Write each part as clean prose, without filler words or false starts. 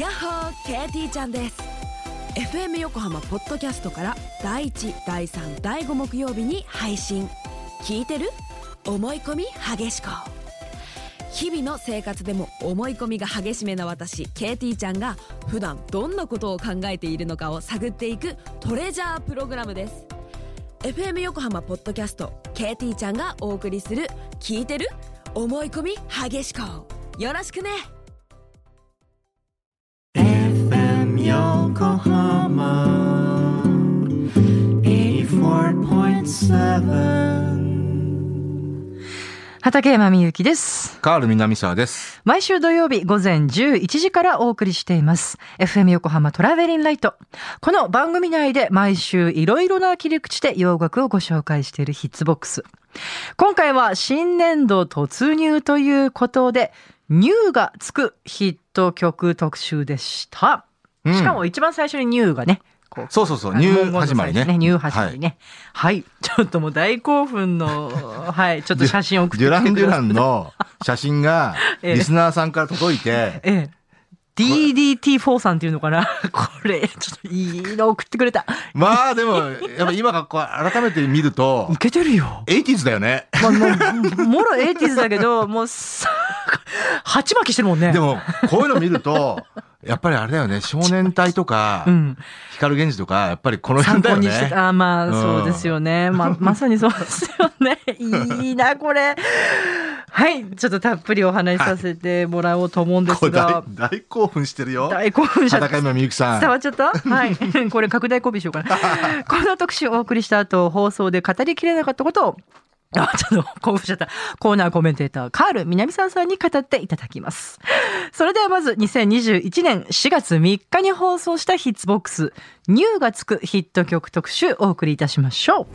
やっほー、KT ちゃんです。 FM 横浜ポッドキャストから第1、第3、第5木曜日に配信。聞いてる？思い込み激しこ。日々の生活でも思い込みが激しめな私 KT ちゃんが普段どんなことを考えているのかを探っていくトレジャープログラムです。 FM 横浜ポッドキャスト KT ちゃんがお送りする聞いてる？思い込み激しこ。よろしくね。 FM 横浜 84.7。 畠山みゆきです。 カール南沢です。 毎週土曜日午前11時からお送りしています FM 横浜トラベリンライト。この番組内で毎週いろいろな切り口で洋楽をご紹介しているヒッツボックス。今回は新年度突入ということでニューがつくヒット曲特集でした、しかも一番最初にニューがね、 そうニュー始まりね。 ニュー始まりね。はい。ちょっともう大興奮の、はい。ちょっと写真を送ってきてください。 デュランの写真がリスナーさんから届いて、 DDT4 さんっていうのかな。これ、ちょっといいの送ってくれた。 まあでも、やっぱ今改めて見ると、 いけてるよ。 80s だよね。 まあ、もろ 80s だけど、もう鉢巻きしてるもんね。 でも、こういうの見ると、やっぱりあれだよね、少年隊とか、光源氏とか、やっぱりこの辺だよね。 参考にしてた。まあ、そうですよね。まさにそうですよね。いいな、これ。はい。ちょっとたっぷりお話しさせてもらおうと思うんですが。 大興奮してるよ。 大興奮しちゃった。 畠山みゆきさん。 伝わっちゃった？はい。これ拡大コピーしようかな。この特集をお送りした後、放送で語りきれなかったことを、ちょっと興奮しちゃった。コーナーコメンテーター、カール南沢さんに語っていただきます。それではまず、2021年4月3日に放送したヒッツボックス、ニューがつくヒット曲特集お送りいたしましょう。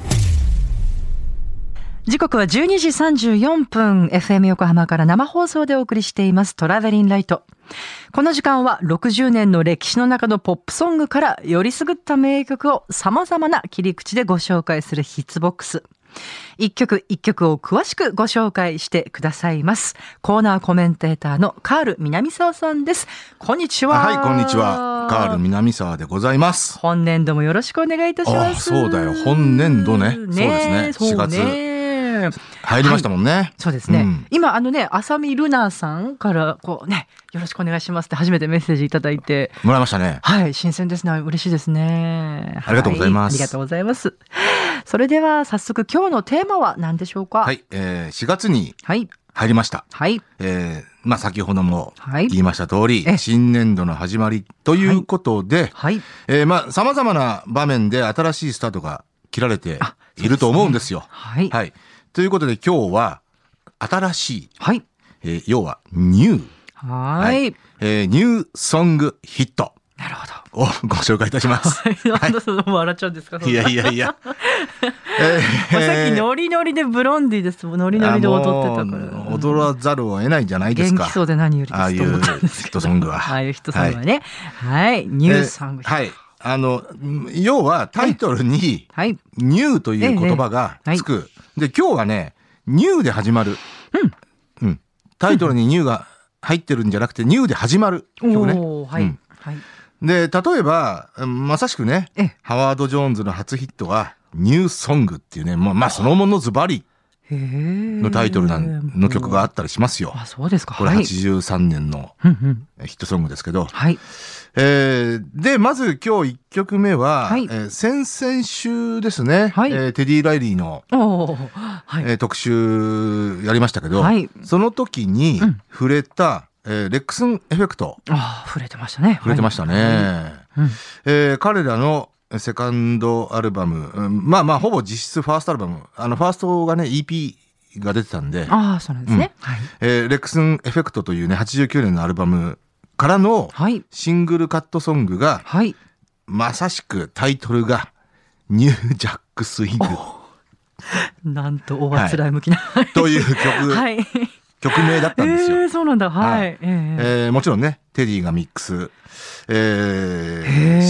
時刻は12時34分、FM 横浜から生放送でお送りしていますトラベリンライト。この時間は60年の歴史の中のポップソングからよりすぐった名曲を様々な切り口でご紹介するヒッツボックス。一曲一曲を詳しくご紹介してくださいます。コーナーコメンテーターのカール南沢さんです。こんにちは。 はい、こんにちは。カール南沢でございます。 本年度もよろしくお願いいたします。 そうだよ、本年度ね。そうですね。4月。入りましたもんね。 はい、そうですね。今浅見ルナさんからよろしくお願いしますって初めてメッセージいただいてもらいましたね。 はい、新鮮ですね。嬉しいですね。 ありがとうございます。 ありがとうございます。それでは早速今日のテーマは何でしょうか。 はい、4月に入りました。 はい。 先ほども言いました通り、新年度の始まりということで、様々な場面で新しいスタートが切られていると思うんですよ。はい。ということで今日は新しい、要はニュー、ニューソングヒットをご紹介いたします。 なんでその笑っちゃうんですか。 いや。 さっきノリノリでブロンディですもん。ノリノリで踊ってたから。 踊らざるを得ないんじゃないですか。 元気そうで何よりですと思ったんですけど。 ヒットソングは。 ああいうヒットソングはね。はい。ニューソングヒット。 はい。要はタイトルにニューという言葉がつく。で、今日はね、ニューで始まる。タイトルにニューが入ってるんじゃなくて、ニューで始まる曲ね。で、例えば、まさしくね、ハワード・ジョーンズの初ヒットは、ニューソングっていうね、そのものズバリのタイトルの曲があったりしますよ。 あ、そうですか。 これ83年のヒットソングですけど。 はい。 で、まず今日1曲目は、先々週ですね、テディ・ライリーの、特集やりましたけど、その時に触れた、レックスンエフェクト。 触れてましたね。 触れてましたね。彼らのセカンドアルバム、ほぼ実質ファーストアルバム、ファーストがね、EP が出てたんで、 そうなんですね。 レックスンエフェクトというね、89年のアルバムからのシングルカットソングが、まさしくタイトルがニュージャックスイング。 なんとおあつらい向きな、 という曲名だったんですよ。 そうなんだ。はい。 もちろんね、テディがミックス、して、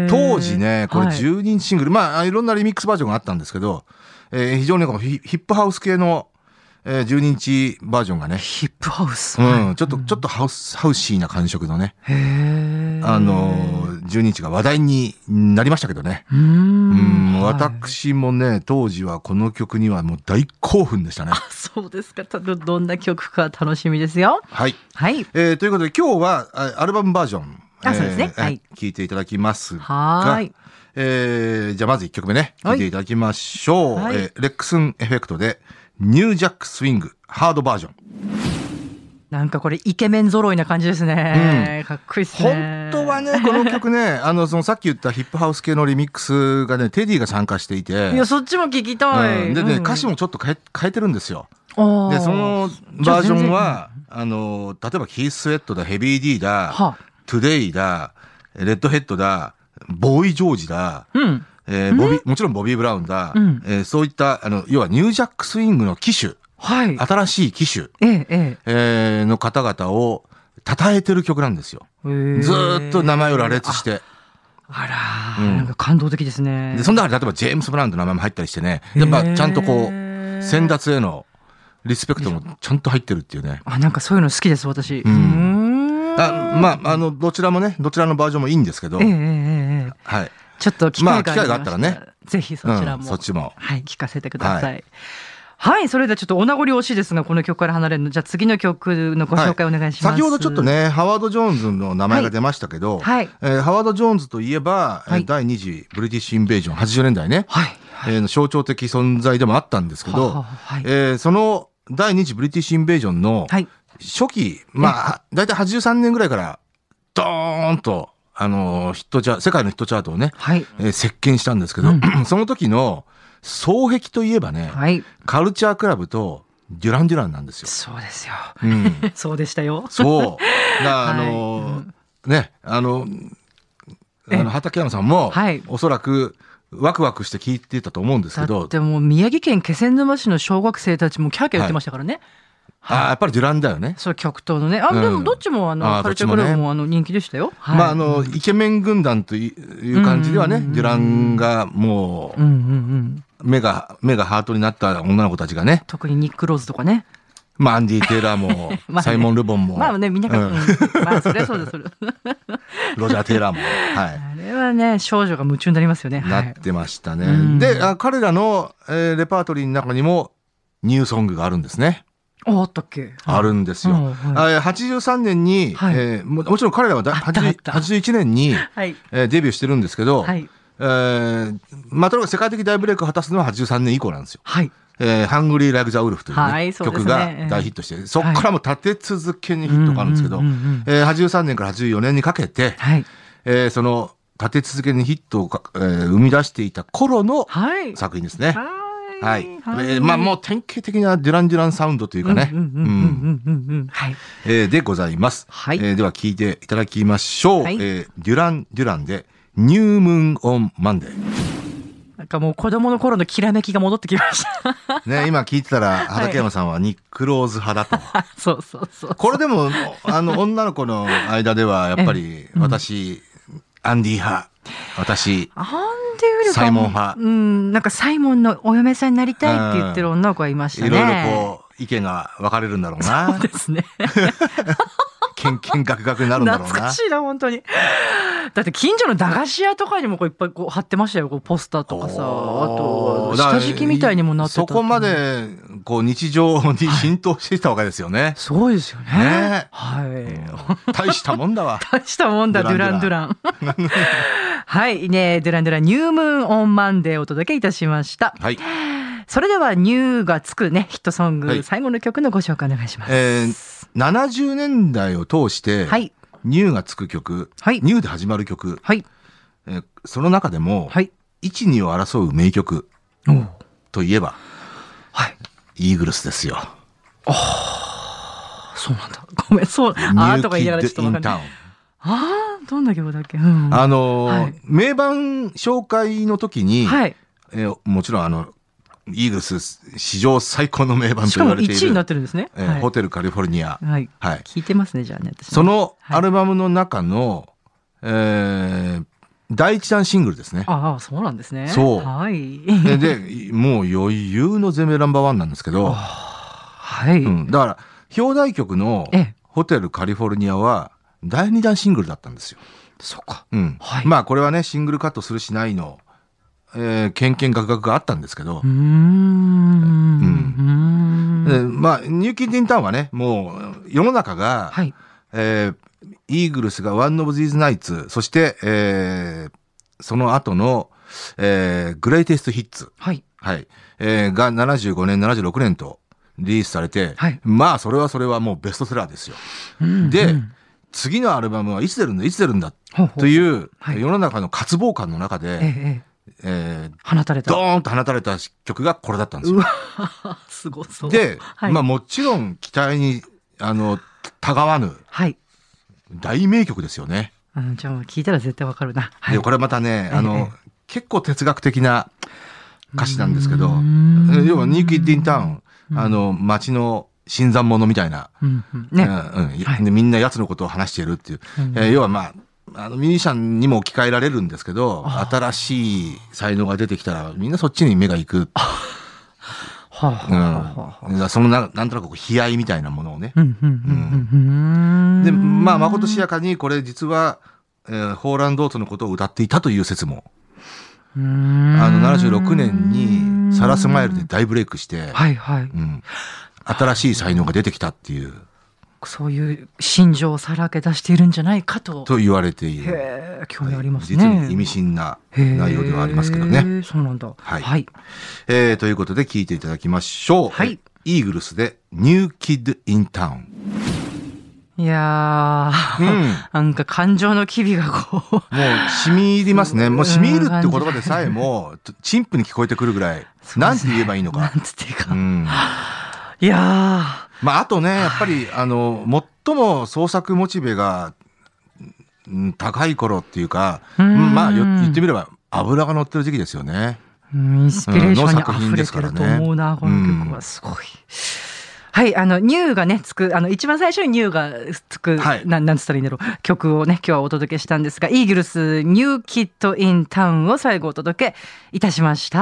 当時ね、これ12インチシングル、いろんなリミックスバージョンがあったんですけど、非常にヒップハウス系の 12インチバージョンがね。 ヒップハウス。 ちょっとハウシーな感触のね。12インチが話題になりましたけどね。私もね、当時はこの曲にはもう大興奮でしたね。 そうですか。どんな曲か楽しみですよ。 はい。はい。ということで今日はアルバムバージョン。 そうですね。はい。 聴いていただきますが。はい。じゃあまず1曲目ね、聴いていただきましょう。レックスンエフェクトで、ニュージャックスウィングハードバージョン。 なんかこれイケメン揃いな感じですね。かっこいいですね。 本当はね、この曲ね、そのさっき言ったヒップハウス系のリミックスがね、テディが参加していて。 いや、そっちも聞きたい。 でね、歌詞もちょっと変えてるんですよ。で、そのバージョンは、例えばキース・スウェットだ、ヘビー・ディだ、トゥデイだ、レッドヘッドだ、ボーイ・ジョージだ、もちろんボビー・ブラウンだ、そういった要はニュージャックスイングの機種、新しい機種、の方々を称えてる曲なんですよ。ずーっと名前を羅列して。 なんか感動的ですね。 でその中で例えばジェームス・ブラウンの名前も入ったりしてね、やっぱちゃんとこう先達へのリスペクトもちゃんと入ってるっていうね。 なんかそういうの好きです私。 どちらもね、どちらのバージョンもいいんですけど、はい。 ちょっと機会があったらね、 ぜひそちらも、 そっちも、 聞かせてください。はい、それではちょっとお名残惜しいですが、この曲から離れるの、じゃあ次の曲のご紹介お願いします。 先ほどちょっとね、ハワード・ジョーンズの名前が出ましたけど、ハワード・ジョーンズといえば、第2次ブリティッシュ・インベージョン80年代ね、象徴的存在でもあったんですけど、その第2次ブリティッシュ・インベージョンの初期、だいたい83年ぐらいからドーンと世界のヒットチャートをね、席巻したんですけど、その時の双璧といえばね、カルチャークラブとデュラン・デュランなんですよ。 そうですよ。そうでしたよ。 そう。畠山さんも、おそらくワクワクして聞いてたと思うんですけど。 だってもう宮城県気仙沼市の小学生たちもキャーキャー言ってましたからね。 やっぱりデュランだよね。 そう、極東のね。でもどっちもカルチャークラブも人気でしたよ。 イケメン軍団という感じではね、デュランがもう、目がハートになった女の子たちがね。 特にニック・ローズとかね。 アンディ・テイラーも、サイモン・ルボンも。 みんなそりゃそうです、 ロジャー・テイラーも。 あれはね、少女が夢中になりますよね。 なってましたね。で、彼らのレパートリーの中にも、ニューソングがあるんですね。 あったっけ？ あるんですよ。83年に、もちろん彼らは81年に、デビューしてるんですけど、とにかく世界的大ブレイクを果たすのは83年以降なんですよ。ハングリー・ライク・ザ・ウルフという、曲が大ヒットして、そこからも立て続けにヒットがあるんですけど、83年から84年にかけて、その立て続けにヒットを生み出していた頃の作品ですね。もう典型的なデュラン・デュランサウンドというかね。でございます。では聴いていただきましょう。デュラン・デュランでニュームーン・オン・マンデー。 なんかもう子供の頃のきらめきが戻ってきましたね。今聞いてたら畠山さんはニック・ローズ派だと。 そうこれでも女の子の間ではやっぱり私、アンディ派。私、サイモン派。 なんかサイモンのお嫁さんになりたいって言ってる女の子がいましたね。 いろいろこう、意見が分かれるんだろうな。 そうですね。 ケンケンガクガクになるんだろうな。 懐かしいな、本当に。だって近所の駄菓子屋とかにもいっぱい貼ってましたよ、ポスターとかさ。あと、下敷きみたいにもなってた。 そこまで、日常に浸透していたわけですよね。 そうですよね。 大したもんだわ。 大したもんだ、デュラン・デュラン。はいね、デュラン・デュラン、ニュームーン・オン・マンデーをお届けいたしました。それではニューがつくね、ヒットソング、最後の曲のご紹介お願いします。 70年代を通して、ニューがつく曲、ニューで始まる曲、その中でも、1、2を争う名曲といえば、イーグルスですよ。 そうなんだ。ごめん、そう、とか言いながらちょっと分かんない。どんな曲だっけ？ 名盤紹介の時に、もちろんイーグルス史上最高の名盤と言われている。 しかも1位になってるんですね。 ホテルカリフォルニア。 聞いてますね、じゃあね。 そのアルバムの中の、第一弾シングルですね。 そうなんですね。 そう。で、もう余裕の全米ナンバーワンなんですけど、 はい。 だから表題曲のホテルカリフォルニアは第2弾シングルだったんですよ。 そうか。 はい、まあこれはねシングルカットするしないの、ケンケンガクガクがあったんですけど。まあニューキッド・イン・タウンはねもう世の中が、はい、イーグルスがワン・オブ・ジーズ・ナイツそして、その後の、グレイテスト・ヒッツ、はいはいが75年76年とリリースされて、はい、まあそれはもうベストセラーですよ。で、次のアルバムはいつ出るんだという世の中の渇望感の中で、 放たれたドーンと放たれた曲がこれだったんですよ。 すごそう。 で、はい、まあもちろん期待にたがわぬ、はい、大名曲ですよね。 じゃあ聞いたら絶対わかるな。 はい、でこれまたね結構哲学的な歌詞なんですけど、要はニューキッド・イン・タウン街の新参者みたいな、みんな奴のことを話しているっていう、要はまあミュージシャンにも置き換えられるんですけど、新しい才能が出てきたらみんなそっちに目が行く。そのなんとなく悲哀みたいなものをね。でまあまことしやかにこれ実は、ホーランドートのことを歌っていたという説も。76年にサラスマイルで大ブレイクして、はいはい新しい才能が出てきたっていう。 そういう心情をさらけ出しているんじゃないかと言われている。 興味ありますね。 実に意味深な内容ではありますけどね。 そうなんだ。 はい。はいということで聞いていただきましょう。はい。イーグルスでニューキッド・イン・タウン。 いやー、なんか感情の機微がこう。もう染み入りますね。もう染み入るって言葉でさえも、陳腐に聞こえてくるぐらい。なんて言えばいいのか。 なんつっていうか。いやー。 まあ、あとね、やっぱり、最も創作モチベが高い頃っていうか、まあ、言ってみれば、脂が乗ってる時期ですよね。 インスピレーションに溢れてると思うな、この曲はすごい。はい、ニューがね、つく、一番最初にニューがつく、はい、なんつったらいいんだろう、曲をね、今日はお届けしたんですが、イーグルス、ニューキッド・イン・タウンを最後お届けいたしました。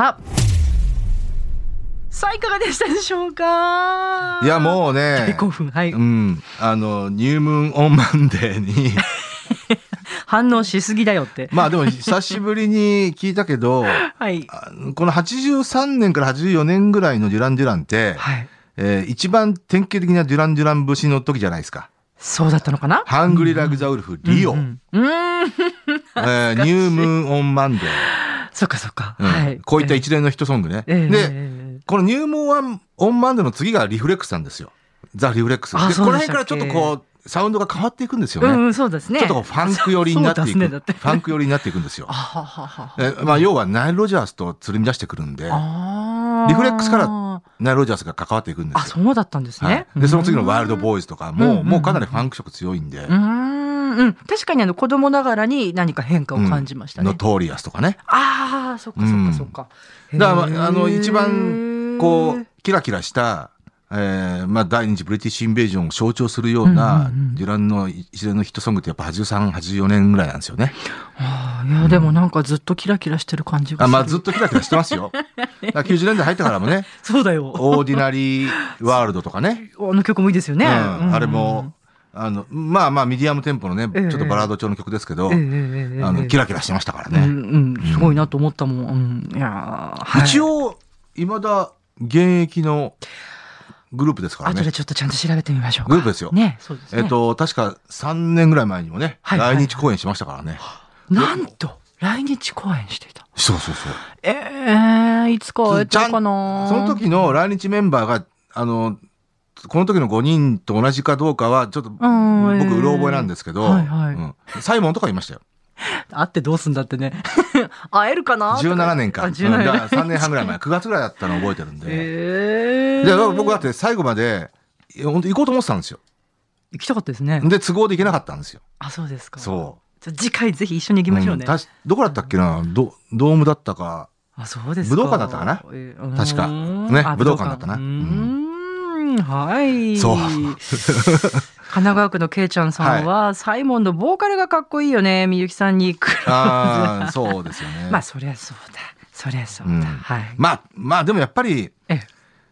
さあ、いかがでしたでしょうか。 いや、もうね。 大興奮。はい。 ニュームーン・オン・マンデーに。 反応しすぎだよって。 まあでも、久しぶりに聞いたけど、はい、この83年から84年ぐらいのデュラン・デュランって、はい一番典型的なデュラン・デュラン節の時じゃないですか。 そうだったのかな。 ハングリー・ラグ・ザ・ウルフ、リオ。ニュームーン・オン・マンデー。 そっかそっか。 こういった一連のヒットソングね。で、このニュームーン・オン・マンデーの次がリフレックスなんですよ。ザ・リフレックス。で、この辺からちょっとこう、サウンドが変わっていくんですよね。 そうですね。 ちょっとファンク寄りになっていく。ファンク寄りになっていくんですよ。まあ、要はナイル・ロジャースとつるみ出してくるんで、リフレックスからナイル・ロジャースが関わっていくんですよ。 そうだったんですね。 で、その次のワイルド・ボーイズとかもうかなりファンク色強いんで。 確かに子供ながらに何か変化を感じましたね。 ノトーリアスとかね。 そっかそっかそっか。 だから一番こうキラキラしたまあ第二次ブリティッシュインベージョンを象徴するようなデュランの一連のヒットソングってやっぱ83、84年ぐらいなんですよね。 いやでもなんかずっとキラキラしてる感じがする。 まあずっとキラキラしてますよ。90年代入ってからもね。 そうだよ。 オーディナリーワールドとかね。 曲もいいですよね。 あれも。まあまあミディアムテンポのね、ちょっとバラード調の曲ですけど、キラキラしてましたからね。 すごいなと思ったもん。いや一応、未だ現役のグループですからね。 後でちょっとちゃんと調べてみましょうか。 グループですよ。 ね、そうですね。 確か3年ぐらい前にもね、来日公演しましたからね。 なんと、来日公演していた。 そうそうそう。 いつか会えたかな。 その時の来日メンバーが、この時の5人と同じかどうかは、ちょっと、僕、うろ覚えなんですけど、サイモンとかいましたよ。 会ってどうすんだってね。会えるかな ?17 年か。3年半ぐらい前。9月ぐらいだったの覚えてるんで。で、僕だって最後まで、本当行こうと思ってたんですよ。 行きたかったですね。 で、都合で行けなかったんですよ。 そうですか。 そう。 次回ぜひ一緒に行きましょうね。 どこだったっけなドームだったか。 そうですか。 武道館だったかな確か。ね、武道館だったな。 はい。 そう。 神奈川区のけいちゃんさんは、サイモンのボーカルがかっこいいよね、みゆきさんに比べて。 そうですよね。 まあ、そりゃそうだ。そりゃそうだ。はい。 まあ、でもやっぱり、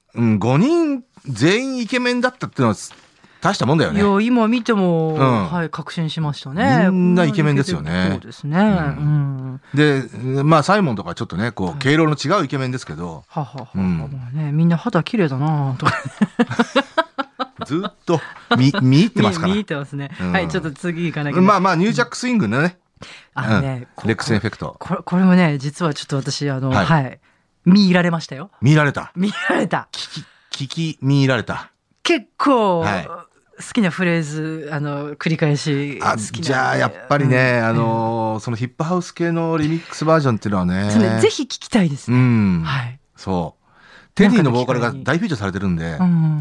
5人全員イケメンだったっていうのは大したもんだよね。 いや、今見ても、はい、確信しましたね。 みんなイケメンですよね。 そうですね。 で、まあ、サイモンとかちょっとね、こう、毛色の違うイケメンですけど。 みんな肌綺麗だなとか。 ずっと見入ってますから。 見入ってますね。はい、ちょっと次行かなきゃ。 まあ、ニュージャックスイングのね。 レックスエフェクト。 これもね、実はちょっと私、はい、見入られましたよ。 見入られた。聞き見入られた。 結構、好きなフレーズ、繰り返し好きな。 じゃあ、やっぱりね、そのヒップハウス系のリミックスバージョンっていうのはね。 ぜひ聞きたいですね。はい。 そう。テディのボーカルが大フィーチャーされてるんで。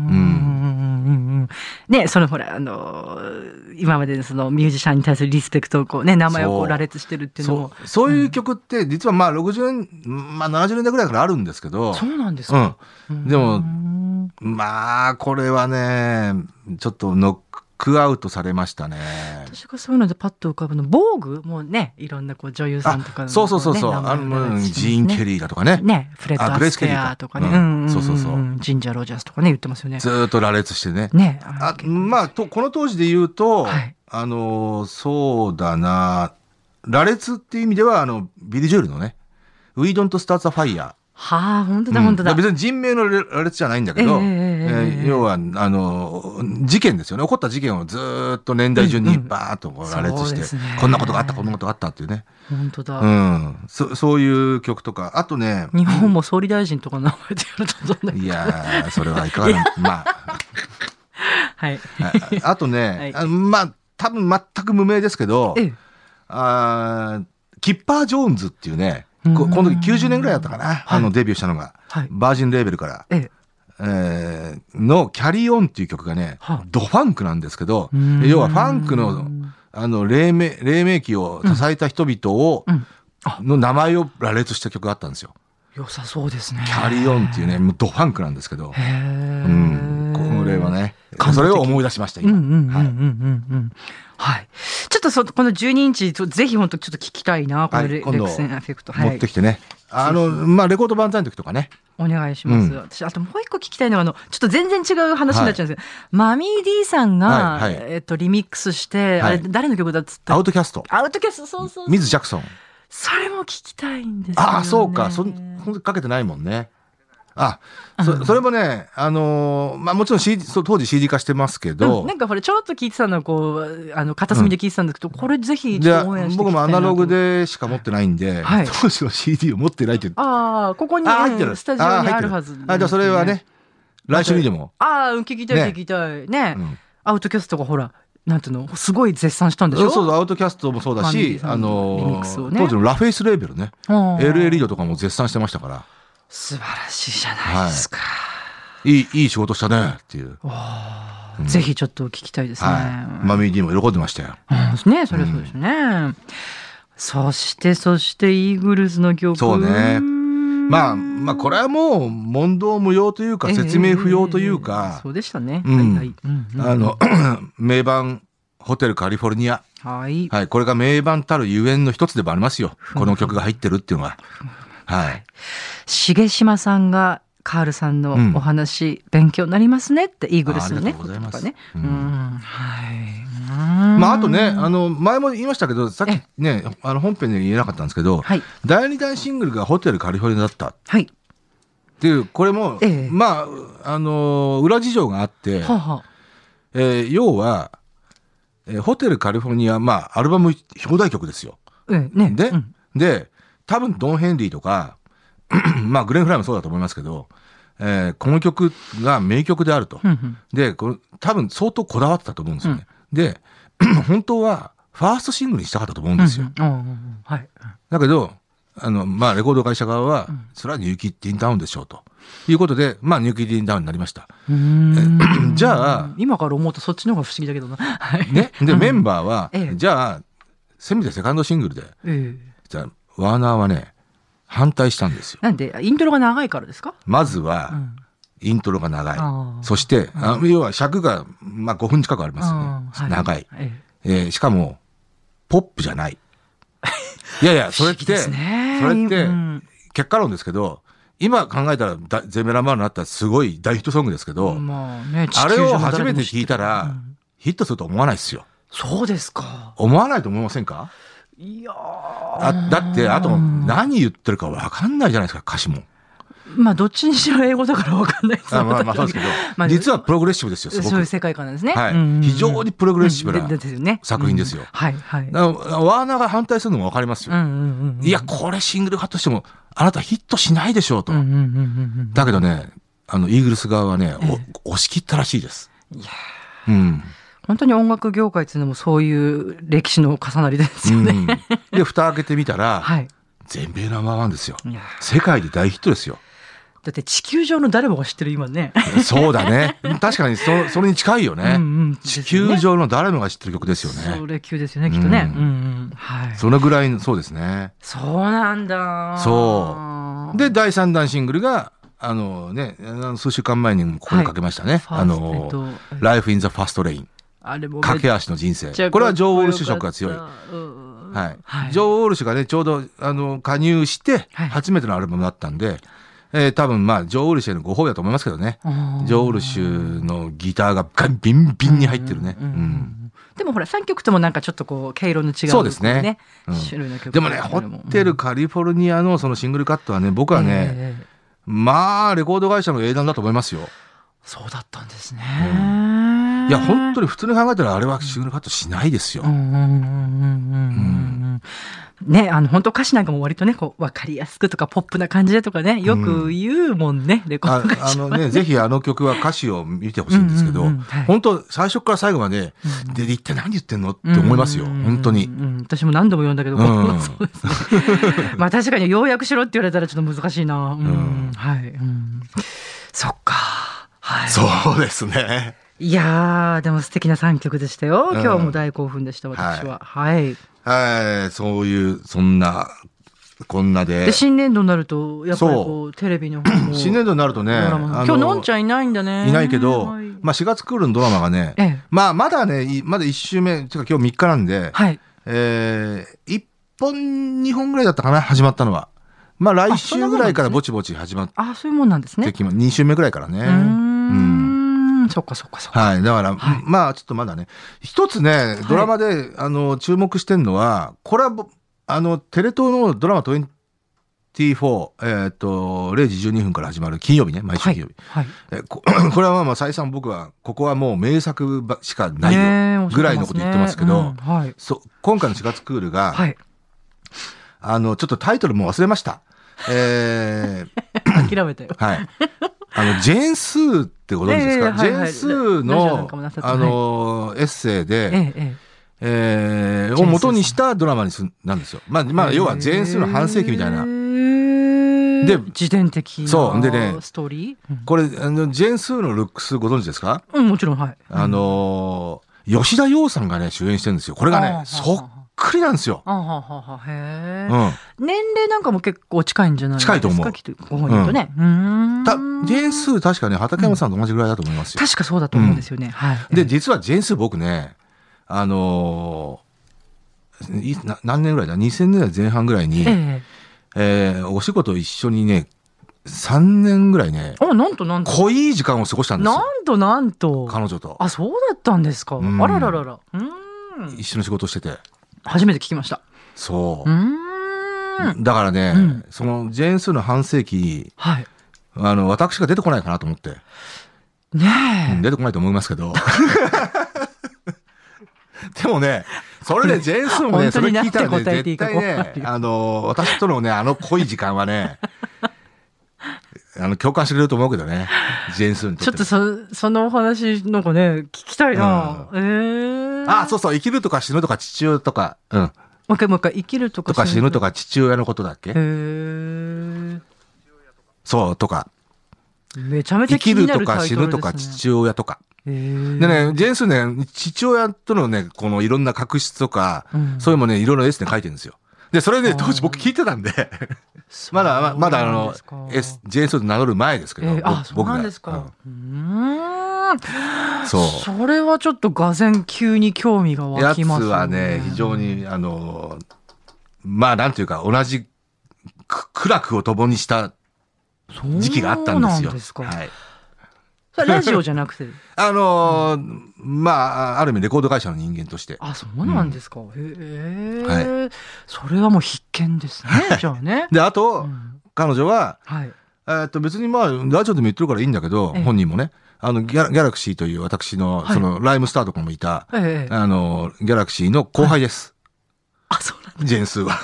ね、ほら、今までのそのミュージシャンに対するリスペクトをこうね、名前をこう羅列してるっていうのも。 そういう曲って、実はまあ60年、まあ70年代ぐらいからあるんですけど。 そうなんですか。 でも、まあ、これはね、ちょっとノックアウトされましたね。 私がそういうのでパッと浮かぶの、ボーグもね、いろんなこう女優さんとか、 そう。ジーン・ケリーだとかね。 フレッド・アステアとかね。そう。ジンジャー・ロジャースとかね、言ってますよね。 ずっと羅列してね。まあ、この当時で言うと、そうだな、羅列っていう意味では、ビリー・ジョエルのね、We Don't Start the Fire。 はあ、本当だ。 別に人名の羅列じゃないんだけど、要は、事件ですよね。起こった事件をずっと年代順にバーっと羅列して、こんなことがあった、こんなことがあったっていうね。 本当だ。 そういう曲とか、あとね。 日本も総理大臣とか名前でやるとどんな。 いやー、それはいかがな、まあ。 はい。 あとね、まあ、多分全く無名ですけど、キッパー・ジョーンズっていうね、この時90年ぐらいだったかな、デビューしたのが、バージンレーベルから、のキャリーオンっていう曲がね、ドファンクなんですけど、要はファンクの、黎明期を支えた人々の名前を羅列した曲があったんですよ。 良さそうですね。 キャリーオンっていうね、ドファンクなんですけど、これはね、それを思い出しました、今。 はい。ちょっとこの12インチ、ぜひ本当ちょっと聞きたいな、このレクセンエフェクト。 持ってきてね。まあ、レコード万歳の時とかね。 お願いします。私、あともう一個聞きたいのは、ちょっと全然違う話になっちゃうんですけど、マミー D さんが、リミックスして、あれ、誰の曲だっつった？ アウトキャスト。 そう。 ミズ・ジャクソン。 それも聞きたいんですよね。 ああ、そうか。そんなかけてないもんね。それもね、まあもちろん当時 CD 化してますけど。 なんかほら、ちょろっと聞いてたのは、こう、片隅で聞いてたんですけど、これぜひ、 じゃあ、僕もアナログでしか持ってないんで、当時の CD を持ってないって。 ここに、スタジオにあるはず。 じゃあそれはね、来週にでも。 聞きたい。ね。アウトキャストがほら、なんていうの、すごい絶賛したんでしょ？ そう、アウトキャストもそうだし、当時のラフェイスレーベルね、LA リードとかも絶賛してましたから。 素晴らしいじゃないですか。 いい仕事したねっていう。 ぜひちょっと聞きたいですね。 マミー D も喜んでましたよ。 ね、それはそうですね。そしてイーグルスの曲。 そうね。まあこれはもう問答無用というか説明不要というか。 そうでしたね。 名盤ホテルカリフォルニア。 はい。 これが名盤たるゆえんの一つでもありますよ。この曲が入ってるっていうのは。 重島さんがカールさんのお話、勉強になりますねってイーグルスのね。 ありがとうございます。 まああとね、前も言いましたけど、さっきね、本編で言えなかったんですけど、第2弾シングルがホテルカリフォルニアだった。っていう、これも、まあ、裏事情があって、要は、ホテルカリフォルニア、まあ、アルバム表題曲ですよ。で、多分ドン・ヘンリーとか、まあグレン・フライもそうだと思いますけど、この曲が名曲であると。で、多分相当こだわってたと思うんですよね。で、本当はファーストシングルにしたかったと思うんですよ。だけど、まあレコード会社側は、それはニューキッディン・タウンでしょうと。いうことで、まあニューキッディン・タウンになりました。じゃあ、 今から思うとそっちの方が不思議だけどな。 ね。で、メンバーは、じゃあ、せめてセカンドシングルで、じゃあ、ワーナーはね、反対したんですよ。 なんで、イントロが長いからですか？ まずは、イントロが長い。そして、要は尺が、まあ5分近くありますよね。長い。しかも、ポップじゃない。いやいや、それって、結果論ですけど、 今考えたらゼメラマーになったらすごい大ヒットソングですけど、 まあね、 あれを初めて聞いたら、ヒットすると思わないですよ。 そうですか。 思わないと思いませんか？ いやだって、あと何言ってるか分かんないじゃないですか、歌詞も。 まあ、どっちにしろ英語だから分かんないですよ。 まあそうですけど、実はプログレッシブですよ、すごく。 そういう世界観なんですね。 はい。非常にプログレッシブな作品ですよ。 はいはい。 ワーナーが反対するのも分かりますよ。いや、これシングルカットしても、あなたヒットしないでしょうと。だけどね、イーグルス側はね、押し切ったらしいです。いや本当に音楽業界っていうのもそういう歴史の重なりですよね。 で、蓋開けてみたら、全米ナンバーワンですよ。世界で大ヒットですよ。 だって地球上の誰もが知ってる今ね。 そうだね。確かにそれに近いよね。地球上の誰もが知ってる曲ですよね。 それ級ですよね、きっとね。 そのぐらい、そうですね。 そうなんだ。 そう。で、第3弾シングルが、数週間前にもここでかけましたね。Life in the Fast Lane。駆け足の人生。これはジョー・ウォルシュ色が強い。はい。ジョー・ウォルシュがね、ちょうど、加入して、初めてのアルバムだったんで、多分まあ、ジョー・ウォルシュへのご褒美だと思いますけどね。ジョー・ウォルシュのギターがビンビンに入ってるね。 でもほら、3曲ともなんかちょっとこう、毛色の違う、 そうですね。 種類の曲。 でもね、ホテルカリフォルニアのそのシングルカットはね、僕はね、まあ、レコード会社の英断だと思いますよ。 そうだったんですね。 いや、本当に普通に考えたらあれはシングルカットしないですよ。 ね、本当歌詞なんかも割とね、こう、わかりやすくとか、ポップな感じでとかね、よく言うもんね、レコード会社はね。 ぜひ曲は歌詞を見てほしいんですけど、本当最初から最後まで、で、一体何言ってんのって思いますよ、本当に。 私も何度も読んだけど、そうですね。まあ確かに要約しろって言われたらちょっと難しいな。はい。そっか。はい。 そうですね。 いやー、でも素敵な3曲でしたよ。今日も大興奮でした、私は。はい。 はい、そういう、そんな、こんなで。 で、新年度になると、やっぱりこう、テレビの方も。 新年度になるとね、 今日のんちゃんいないんだね。 いないけど、まあ4月クールのドラマがね、まあまだね、まだ1週目、てか今日3日なんで、1本2本ぐらいだったかな、始まったのは。まあ来週ぐらいからぼちぼち始まって。 あ、そういうもんなんですね。 2週目ぐらいからね。 そっかそっかそっか。 はい。だから、まあ、ちょっとまだね。一つね、ドラマで、注目してんのは、これは、テレ東のドラマ24、0時12分から始まる金曜日ね、毎週金曜日。これはまあ、再三僕は、ここはもう名作しかないよ、ぐらいのこと言ってますけど、今回の4月クールが、ちょっとタイトルもう忘れました。 諦めたよ。 はい。ジェーン・スーってご存知ですか？ジェーン・スーの、エッセイで、を元にしたドラマなんですよ。まあ、要はジェーン・スーの半世紀みたいな。 で、自伝的なストーリー？ これ、ジェーン・スーのルックスご存知ですか？ もちろん、はい。 吉田羊さんがね、主演してるんですよ。これがね、そっくりなんですよ。 年齢なんかも結構近いんじゃないですか？ 近いと思う。 ご本人とね。 ジェーンスー確かね、畠山さんと同じぐらいだと思いますよ。 確かそうだと思うんですよね。 で、実はジェーンスー僕ね、何年ぐらいだ ?2000 年代前半ぐらいに、お仕事一緒にね、3年ぐらいね、濃い時間を過ごしたんですよ。 なんと。 彼女と。 あ、そうだったんですか。あらららら。 一緒の仕事してて。 初めて聞きました。 そう。だからね、そのジェーンスーの半世紀、私が出てこないかなと思って。出てこないと思いますけど。でもね、それでジェーンスーもね、それ聞いたらね、絶対ね、私とのね、濃い時間はね、共感してくれると思うけどね、ジェーンスーにとって。 ちょっとそのお話なんかね、聞きたいな。 そうそう、生きるとか死ぬとか父親とか、 もう一回、生きるとか死ぬとか父親のことだっけ？そう、とか。 めちゃめちゃ気になるタイトルですね。生きるとか死ぬとか父親とか。でね、ジェーンスーね、父親とのね、このいろんな確執とか、そういうもね、いろいろエッセイに書いてるんですよ。で、それね、当時僕聞いてたんで、まだジェーンスーと名乗る前ですけど、 僕が。そうなんですか。それはちょっとがぜん急に興味が湧きますね。 やつはね、非常に、まあなんていうか、同じ苦楽を共にした時期があったんですよ。 そうなんですか。 はい。 それラジオじゃなくてまあある意味レコード会社の人間として。 あ、そうなんですか。へえ、 はい。 それはもう必見ですね。じゃあね。 で、あと、彼女は、 はい、 別にまあラジオでも言ってるからいいんだけど、本人もね、ギャラクシーという私の、そのライムスターとかもいた、ギャラクシーの後輩です。 あ、そうなんです。 ジェーンスーは。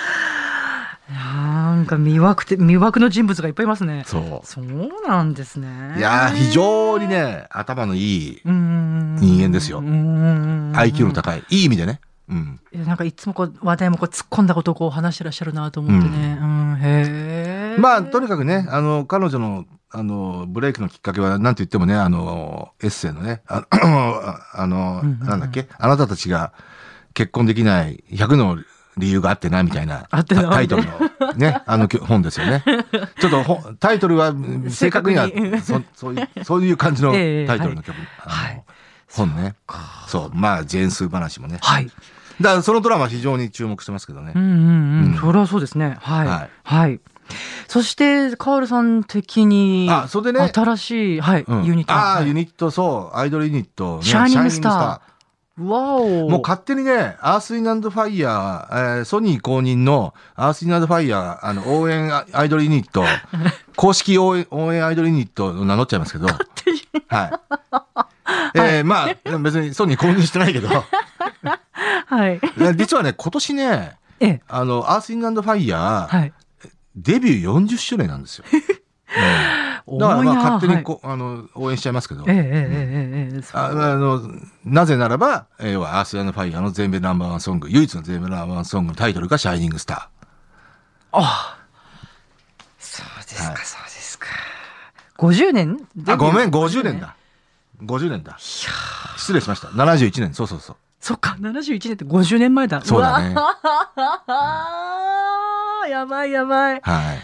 なんか魅惑の人物がいっぱいいますね。そうなんですね。 いや非常にね、頭のいい人間ですよ。IQ の高い。いい意味でね。 なんかいつもこう話題もこう突っ込んだことをこう話してらっしゃるなと思ってね。へえ。 まあとにかくね、彼女のブレイクのきっかけはなんて言ってもね、エッセイのね、なんだっけ、あなたたちが結婚できない100の理由があってなみたいなタイトルのね、本ですよね。ちょっとタイトルは正確にはそういう感じのタイトルの曲、本ね。そう、まあジェーンスー話もね。はい。だからそのドラマ非常に注目してますけどね。 それはそうですね。はい。はい。そしてカールさん的にそれでね、 新しいユニット。 ユニット、そうアイドルユニット、 シャイニングスター。わお。 もう勝手にね、アース・イン・アンド・ファイヤー、ソニー公認のアース・イン・アンド・ファイヤー、応援アイドルユニット、公式応援アイドルユニットを名乗っちゃいますけど、はい。まあ、別にソニー公認してないけど、はい。実はね、今年ね、アース・イン・アンド・ファイヤー、デビュー40周年なんですよ。だからまあ勝手に応援しちゃいますけど、なぜならば、要はアース・アンド・ファイヤーの全米ナンバーワンソング、唯一の全米ナンバーワンソングのタイトルがシャイニングスター。 あ、そうですか、そうですか。50年？ ごめん、50年だ。50年だ。失礼しました。71年、そう。 そっか、71年って50年前だ。 そうだね。 やばい。 はい。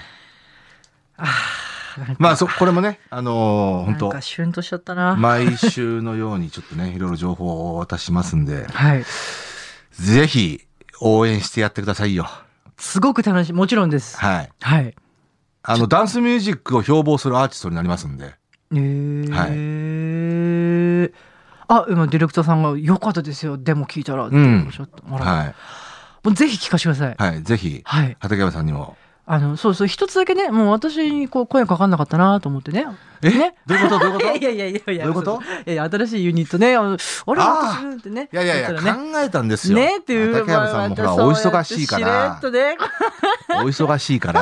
まあこれもね、本当なんかシュンとしちゃったな。 毎週のようにちょっとね、いろいろ情報をお渡ししますんで、はい。ぜひ応援してやってくださいよ。 すごく楽しい、もちろんです。はい。はい。 ダンスミュージックを標榜するアーティストになりますんで。はい。 今ディレクターさんが良かったですよ。でも聞いたらっておっしゃった。はい。もうぜひ聞かせてください。 はい。ぜひ。はい。畠山さんにも。 そう、一つだけね、もう私にこう声かかんなかったなと思ってね。ね、 どういうこといや。 どういうこと？ 新しいユニットね。私ってね。 いや、考えたんですよ。ねっていう。畠山さんもほら、お忙しいから。お忙しいから。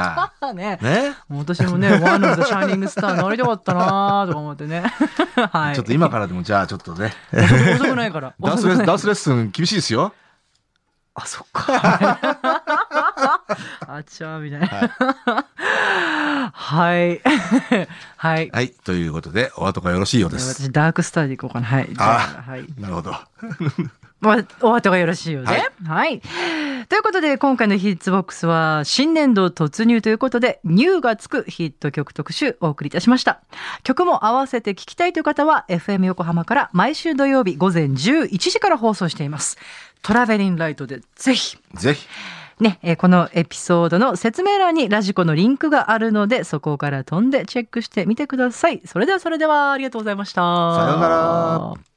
ね。私もね、ワンオブザシャイニングスターなりたかったなとか思ってね。 はい。ちょっと今からでも、じゃあちょっとね。 遅くないから。 ダンスレッスン厳しいですよ。 あ、そっか。あちゃーみたいな。はい。はい。 はい。ということで、お後がよろしいようです。 私、ダークスターでいこうかな。はい。 はい。なるほど。 お後がよろしいようで。はい。ということで、今回のヒッツボックスは、新年度突入ということで、ニューがつくヒット曲特集お送りいたしました。曲も合わせて聴きたいという方は、FM 横浜から毎週土曜日午前11時から放送しています。トラベリンライトでぜひ。ね、このエピソードの説明欄にラジコのリンクがあるので、そこから飛んでチェックしてみてください。それではありがとうございました。 さようなら。